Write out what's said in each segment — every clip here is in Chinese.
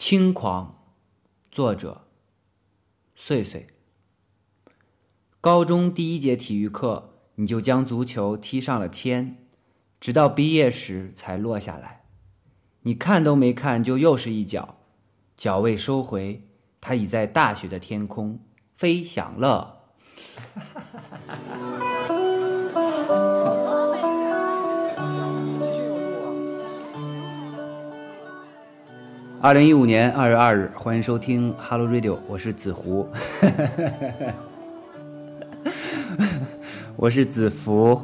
轻狂，作者岁岁。高中第一节体育课，你就将足球踢上了天，直到毕业时才落下来。你看都没看，就又是一脚，脚未收回，它已在大雪的天空飞翔了。2015年2月2日，欢迎收听 Hello Radio， 我是子湖。我是子福。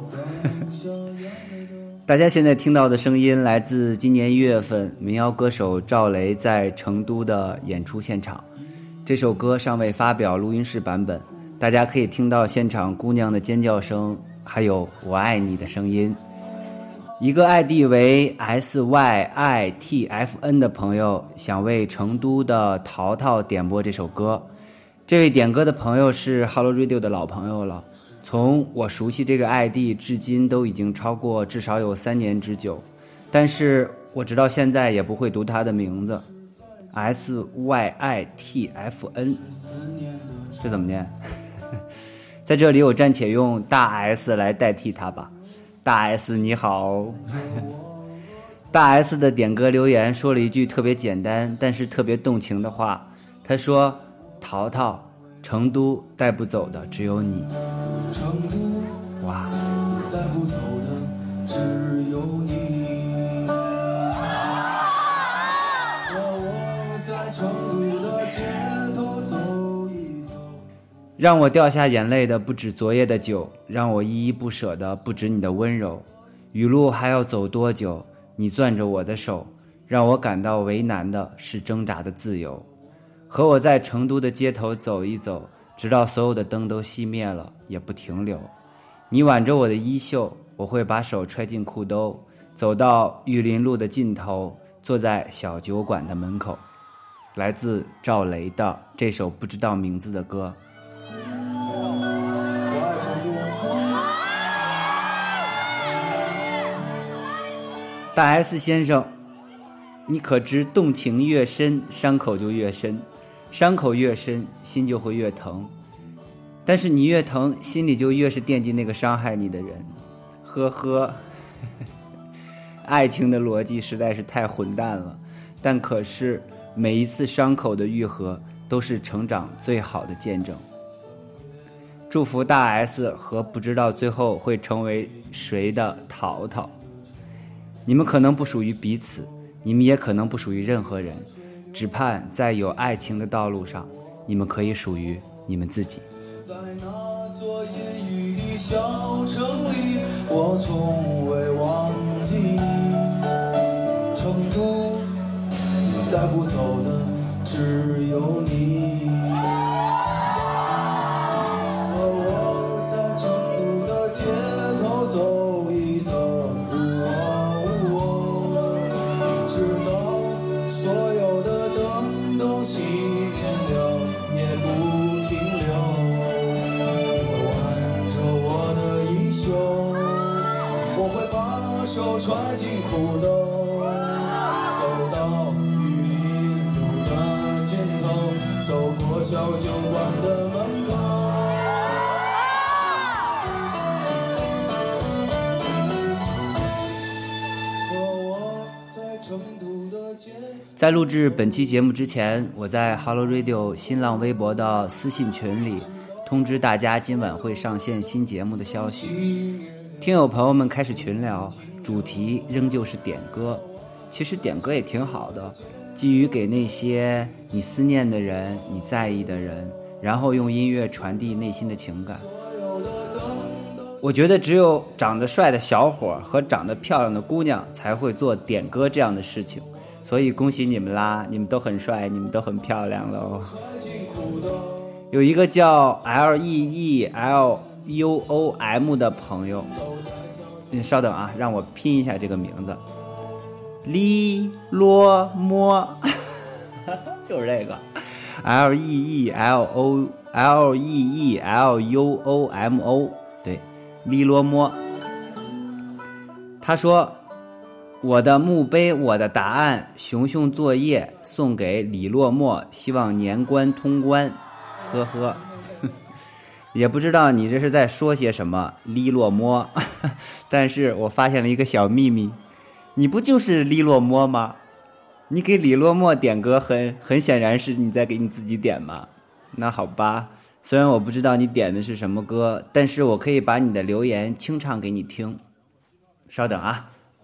大家现在听到的声音来自今年1月份民谣歌手赵雷在成都的演出现场。这首歌尚未发表录音室版本，大家可以听到现场姑娘的尖叫声，还有我爱你的声音。一个 ID 为 SYITFN 的朋友想为成都的淘淘点播这首歌。这位点歌的朋友是 Hello Radio 的老朋友了，从我熟悉这个 ID 至今都已经超过至少有3年之久，但是我直到现在也不会读他的名字 SYITFN， 这怎么念？在这里我暂且用大 S 来代替他吧。大 S 你好。大 S 的点歌留言说了一句特别简单但是特别动情的话，他说：淘淘，成都带不走的只有你。哇，带不走的只有你。我在成都的街头走一走，让我掉下眼泪的不止昨夜的酒，让我依依不舍的不止你的温柔。雨路还要走多久，你攥着我的手，让我感到为难的是挣扎的自由。和我在成都的街头走一走，直到所有的灯都熄灭了也不停留。你挽着我的衣袖，我会把手揣进裤兜，走到玉林路的尽头，坐在小酒馆的门口。来自赵雷的这首不知道名字的歌。大 S 先生，你可知动情越深，伤口就越深，伤口越深，心就会越疼。但是你越疼，心里就越是惦记那个伤害你的人。呵呵。爱情的逻辑实在是太混蛋了，但可是每一次伤口的愈合都是成长最好的见证。祝福大 S 和不知道最后会成为谁的淘淘。你们可能不属于彼此，你们也可能不属于任何人，只盼在有爱情的道路上，你们可以属于你们自己。在那座阴雨的小城里，我从未忘记，成都带不走的只有你。和我在成都的街头走一走，直到所有的灯都熄灭了也不停留。挽着我的衣袖，我会把手揣进裤兜，走到玉林路的尽头，走过小酒馆的门口。在录制本期节目之前，我在 Hello Radio 新浪微博的私信群里通知大家今晚会上线新节目的消息。听友朋友们开始群聊，主题仍旧是点歌。其实点歌也挺好的，基于给那些你思念的人，你在意的人，然后用音乐传递内心的情感。我觉得只有长得帅的小伙和长得漂亮的姑娘才会做点歌这样的事情，所以恭喜你们啦，你们都很帅，你们都很漂亮咯。有一个叫 LEELUOM 的朋友，你稍等啊，让我拼一下这个名字，利罗摩，就是这个 LEELUOMO， 对，利罗摩。他说我的墓碑，我的答案，熊熊作业送给李落寞，希望年关通关，呵呵。也不知道你这是在说些什么，李落寞。但是我发现了一个小秘密，你不就是李落寞吗？你给李落寞点歌很显然是你在给你自己点嘛。那好吧，虽然我不知道你点的是什么歌，但是我可以把你的留言清唱给你听。稍等啊。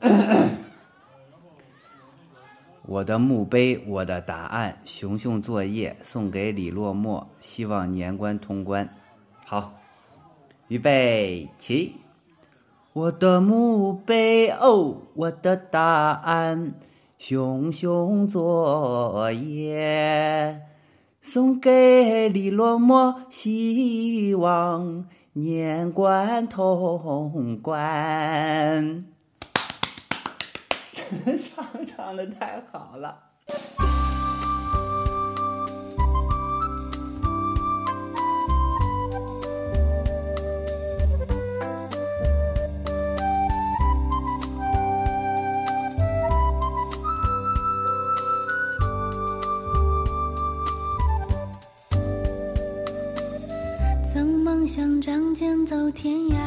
我的墓碑，我的答案，熊熊作业送给李落寞，希望年关通关。好，预备起。我的墓碑哦，我的答案，熊熊作业送给李落寞，希望年关通关。唱得太好了。 曾梦想仗剑走天涯，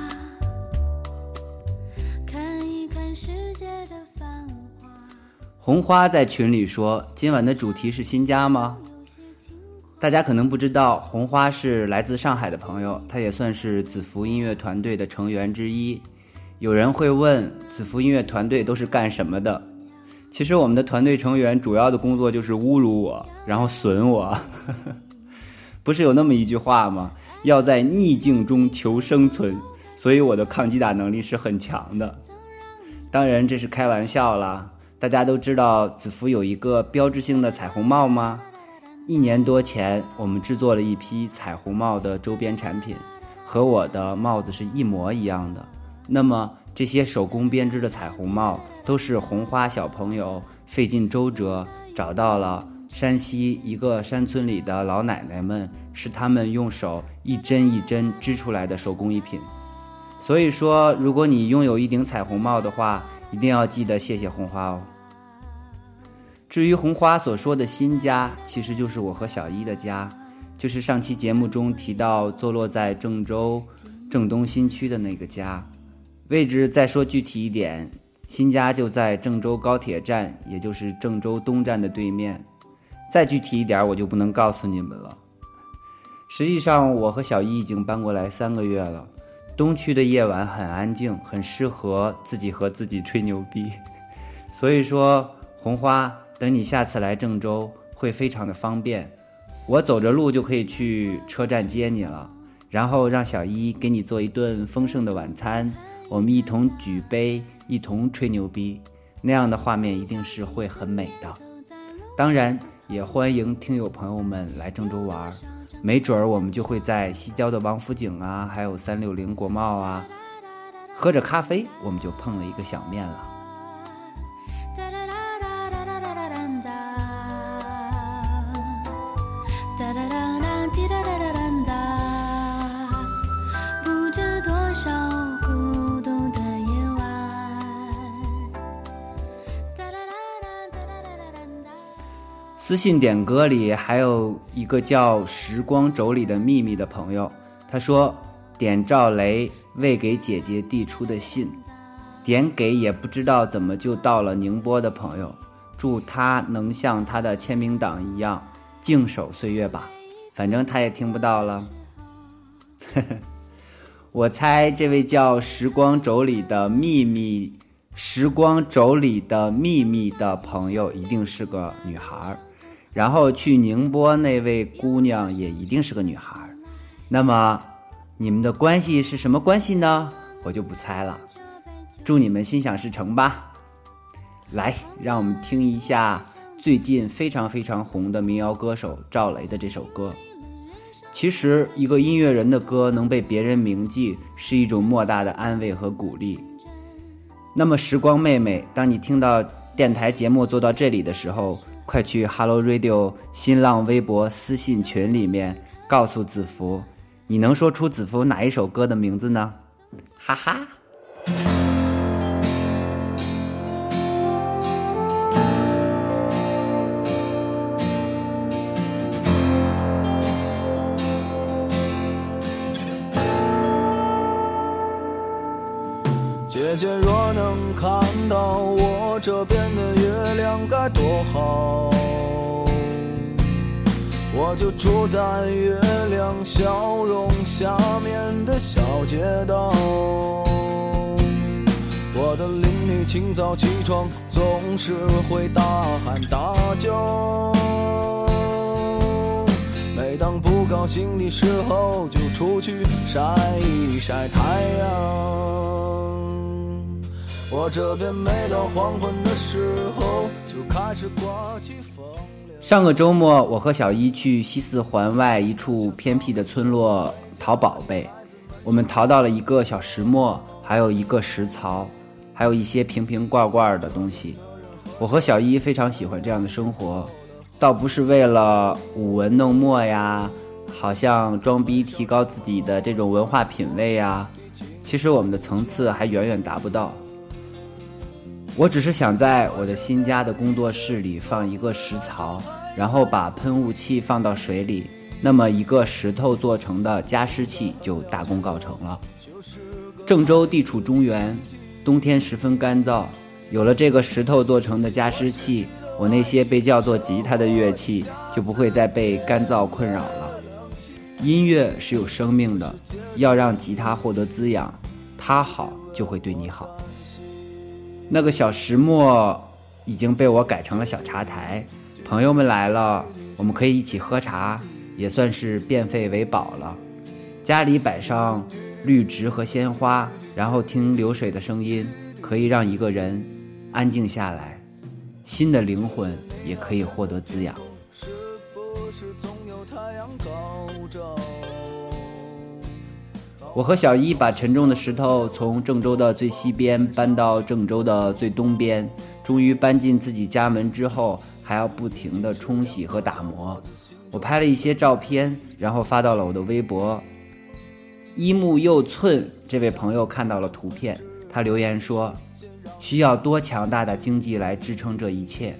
看一看世界的繁华。 红花在群里说，今晚的主题是新家吗？大家可能不知道，红花是来自上海的朋友，她也算是子服音乐团队的成员之一。有人会问，子服音乐团队都是干什么的？其实我们的团队成员主要的工作就是侮辱我，然后损我。不是有那么一句话吗？要在逆境中求生存，所以我的抗击打能力是很强的。当然这是开玩笑啦。大家都知道子服有一个标志性的彩虹帽吗？1年多前我们制作了一批彩虹帽的周边产品，和我的帽子是一模一样的。那么这些手工编织的彩虹帽都是红花小朋友费尽周折找到了山西一个山村里的老奶奶们，是他们用手一针一针织出来的手工艺品。所以说，如果你拥有一顶彩虹帽的话，一定要记得谢谢红花哦。至于红花所说的新家，其实就是我和小一的家，就是上期节目中提到坐落在郑州郑东新区的那个家。位置再说具体一点，新家就在郑州高铁站，也就是郑州东站的对面。再具体一点我就不能告诉你们了。实际上我和小一已经搬过来3个月了。东区的夜晚很安静，很适合自己和自己吹牛逼。所以说红花，等你下次来郑州会非常的方便，我走着路就可以去车站接你了，然后让小一给你做一顿丰盛的晚餐，我们一同举杯，一同吹牛逼，那样的画面一定是会很美的。当然也欢迎听友朋友们来郑州玩，没准儿我们就会在西郊的王府井啊，还有360国贸啊，喝着咖啡我们就碰了一个小面了。私信点歌里还有一个叫时光妯娌的秘密的朋友，他说点赵雷未给姐姐递出的信，点给也不知道怎么就到了宁波的朋友，祝他能像他的签名档一样静守岁月吧，反正他也听不到了。我猜这位叫时光妯娌的秘密的朋友一定是个女孩，然后去宁波那位姑娘也一定是个女孩。那么你们的关系是什么关系呢？我就不猜了，祝你们心想事成吧。来，让我们听一下最近非常非常红的民谣歌手赵雷的这首歌。其实一个音乐人的歌能被别人铭记，是一种莫大的安慰和鼓励。那么时光妹妹，当你听到电台节目做到这里的时候，快去 Hello Radio 新浪微博私信群里面告诉子福，你能说出子福哪一首歌的名字呢？哈哈。 姐姐若能看到我这边的月亮该多好，我就住在月亮笑容下面的小街道。我的邻居清早起床总是会大喊大叫，每当不高兴的时候就出去晒一晒太阳。我这边每到黄昏的时候就开始刮起风。 上个周末我和小一去西四环外一处偏僻的村落淘宝贝，我们淘到了一个小石磨，还有一个石槽，还有一些瓶瓶罐罐的东西。我和小一非常喜欢这样的生活，倒不是为了舞文弄墨呀，好像装逼提高自己的这种文化品味呀，其实我们的层次还远远达不到。我只是想在我的新家的工作室里放一个石槽，然后把喷雾器放到水里，那么一个石头做成的加湿器就大功告成了。郑州地处中原，冬天十分干燥，有了这个石头做成的加湿器，我那些被叫做吉他的乐器就不会再被干燥困扰了。音乐是有生命的，要让吉他获得滋养，它好就会对你好。那个小石磨已经被我改成了小茶台，朋友们来了，我们可以一起喝茶，也算是变废为宝了。家里摆上绿植和鲜花，然后听流水的声音，可以让一个人安静下来，新的灵魂也可以获得滋养。 是不是总有太阳高照？ 我和小一把沉重的石头从郑州的最西边搬到郑州的最东边，终于搬进自己家门之后，还要不停地冲洗和打磨。我拍了一些照片，然后发到了我的微博。一木又寸这位朋友看到了图片，他留言说，需要多强大的经济来支撑这一切。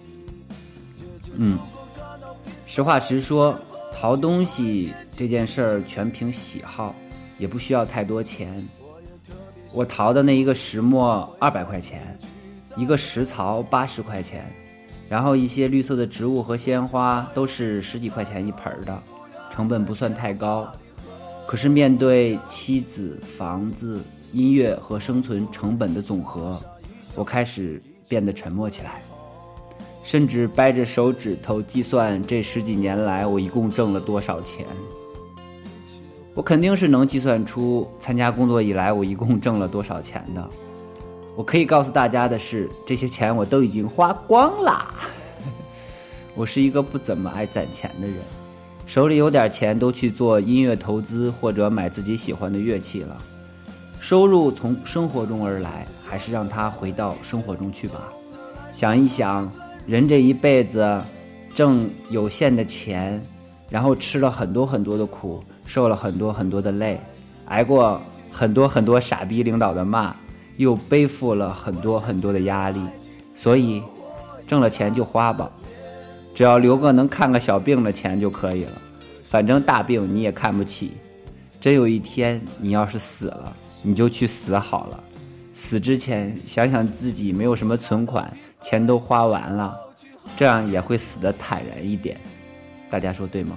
实话实说，淘东西这件事儿全凭喜好，也不需要太多钱。我淘的那一个石磨200块钱，一个石槽80块钱，然后一些绿色的植物和鲜花都是10几块钱一盆的，成本不算太高。可是面对妻子、房子、音乐和生存成本的总和，我开始变得沉默起来，甚至掰着手指头计算这10几年来我一共挣了多少钱。我肯定是能计算出参加工作以来我一共挣了多少钱的。我可以告诉大家的是，这些钱我都已经花光了。我是一个不怎么爱攒钱的人，手里有点钱都去做音乐投资或者买自己喜欢的乐器了。收入从生活中而来，还是让它回到生活中去吧。想一想，人这一辈子挣有限的钱，然后吃了很多很多的苦，受了很多很多的累，挨过很多很多傻逼领导的骂，又背负了很多很多的压力，所以挣了钱就花吧，只要留个能看个小病的钱就可以了，反正大病你也看不起。真有一天你要是死了，你就去死好了，死之前想想自己没有什么存款，钱都花完了，这样也会死得坦然一点。大家说对吗？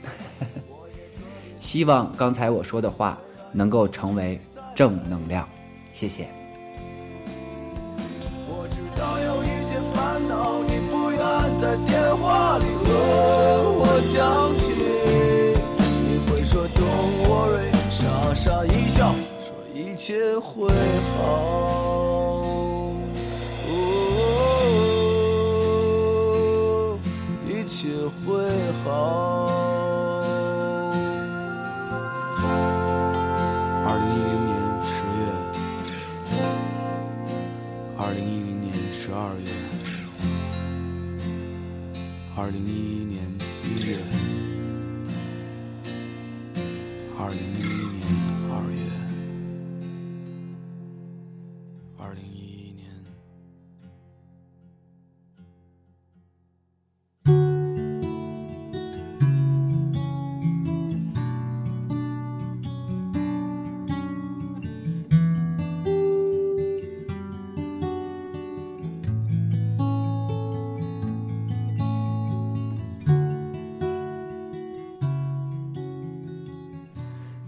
希望刚才我说的话能够成为正能量，谢谢。 我知道有一些烦恼，你不愿在电话里和我讲起，你会说 Don't worry， 傻傻一笑，说一切会好。一切会好。2010年10月，2010年12月，2011年1月，2011年2月，2011年。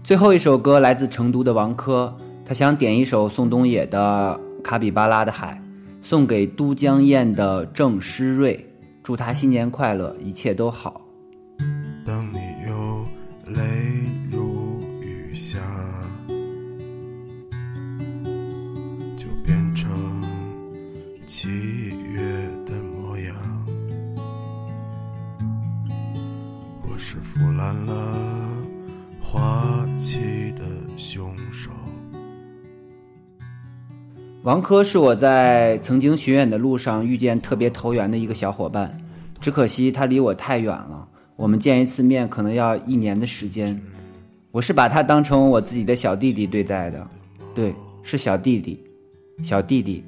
最后一首歌来自成都的王珂，他想点一首宋冬野的《卡比巴拉的海》，送给都江堰的郑诗瑞，祝他新年快乐，一切都好。 当你有泪如雨下，就变成7月的模样。我是腐烂了花期的凶手。 王珂是我在曾经巡演的路上遇见特别投缘的一个小伙伴，只可惜他离我太远了，我们见一次面可能要1年的时间。我是把他当成我自己的小弟弟对待的，对，是小弟弟，小弟弟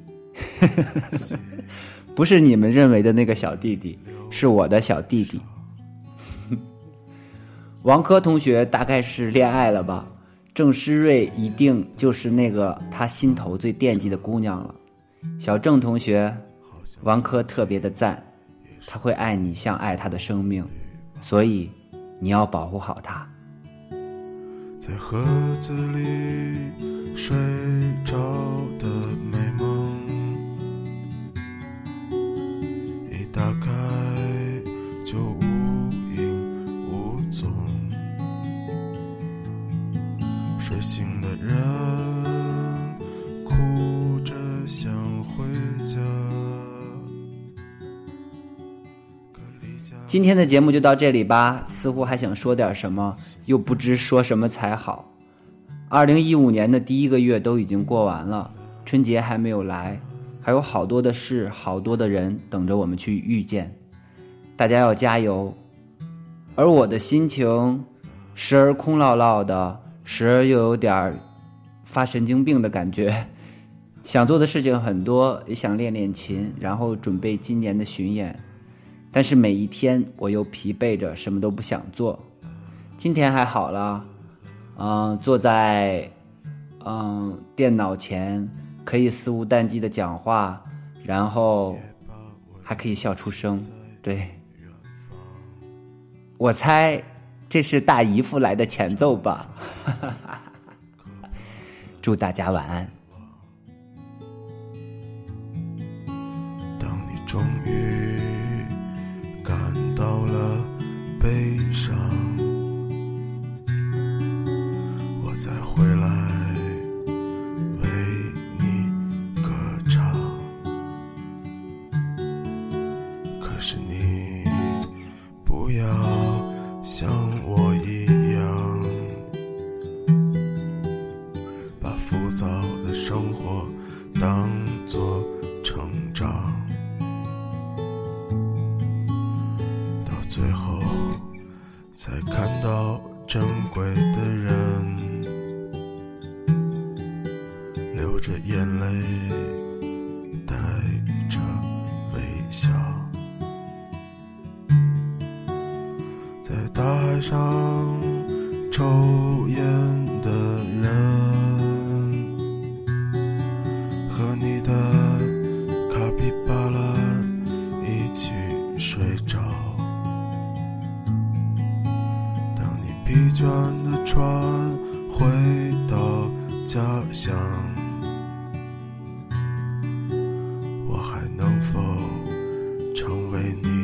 不是你们认为的那个小弟弟，是我的小弟弟王珂同学大概是恋爱了吧，郑诗瑞一定就是那个他心头最惦记的姑娘了。小郑同学，王珂特别的赞，他会爱你像爱他的生命，所以你要保护好他。 在盒子里睡着的美梦，一打开就无影无踪，睡醒的人哭着想回家。 今天的节目就到这里吧，似乎还想说点什么，又不知说什么才好。2015年的第1个月都已经过完了，春节还没有来，还有好多的事，好多的人等着我们去遇见，大家要加油。而我的心情时而空落落的，时而又有点发神经病的感觉，想做的事情很多，也想练练琴，然后准备今年的巡演，但是每一天我又疲惫着，什么都不想做。今天还好了，坐在电脑前可以肆无忌惮的讲话，然后还可以笑出声。对，我猜这是大姨夫来的前奏吧祝大家晚安。 当你终于感到了悲伤，我再回来为你歌唱。可是你不要像我一样，把浮躁的生活当作成长，最后才看到珍贵的人流着眼泪，带着微笑，在大海上抽烟的人和你的卡皮巴拉一起睡着。疲倦的船回到家乡，我还能否成为你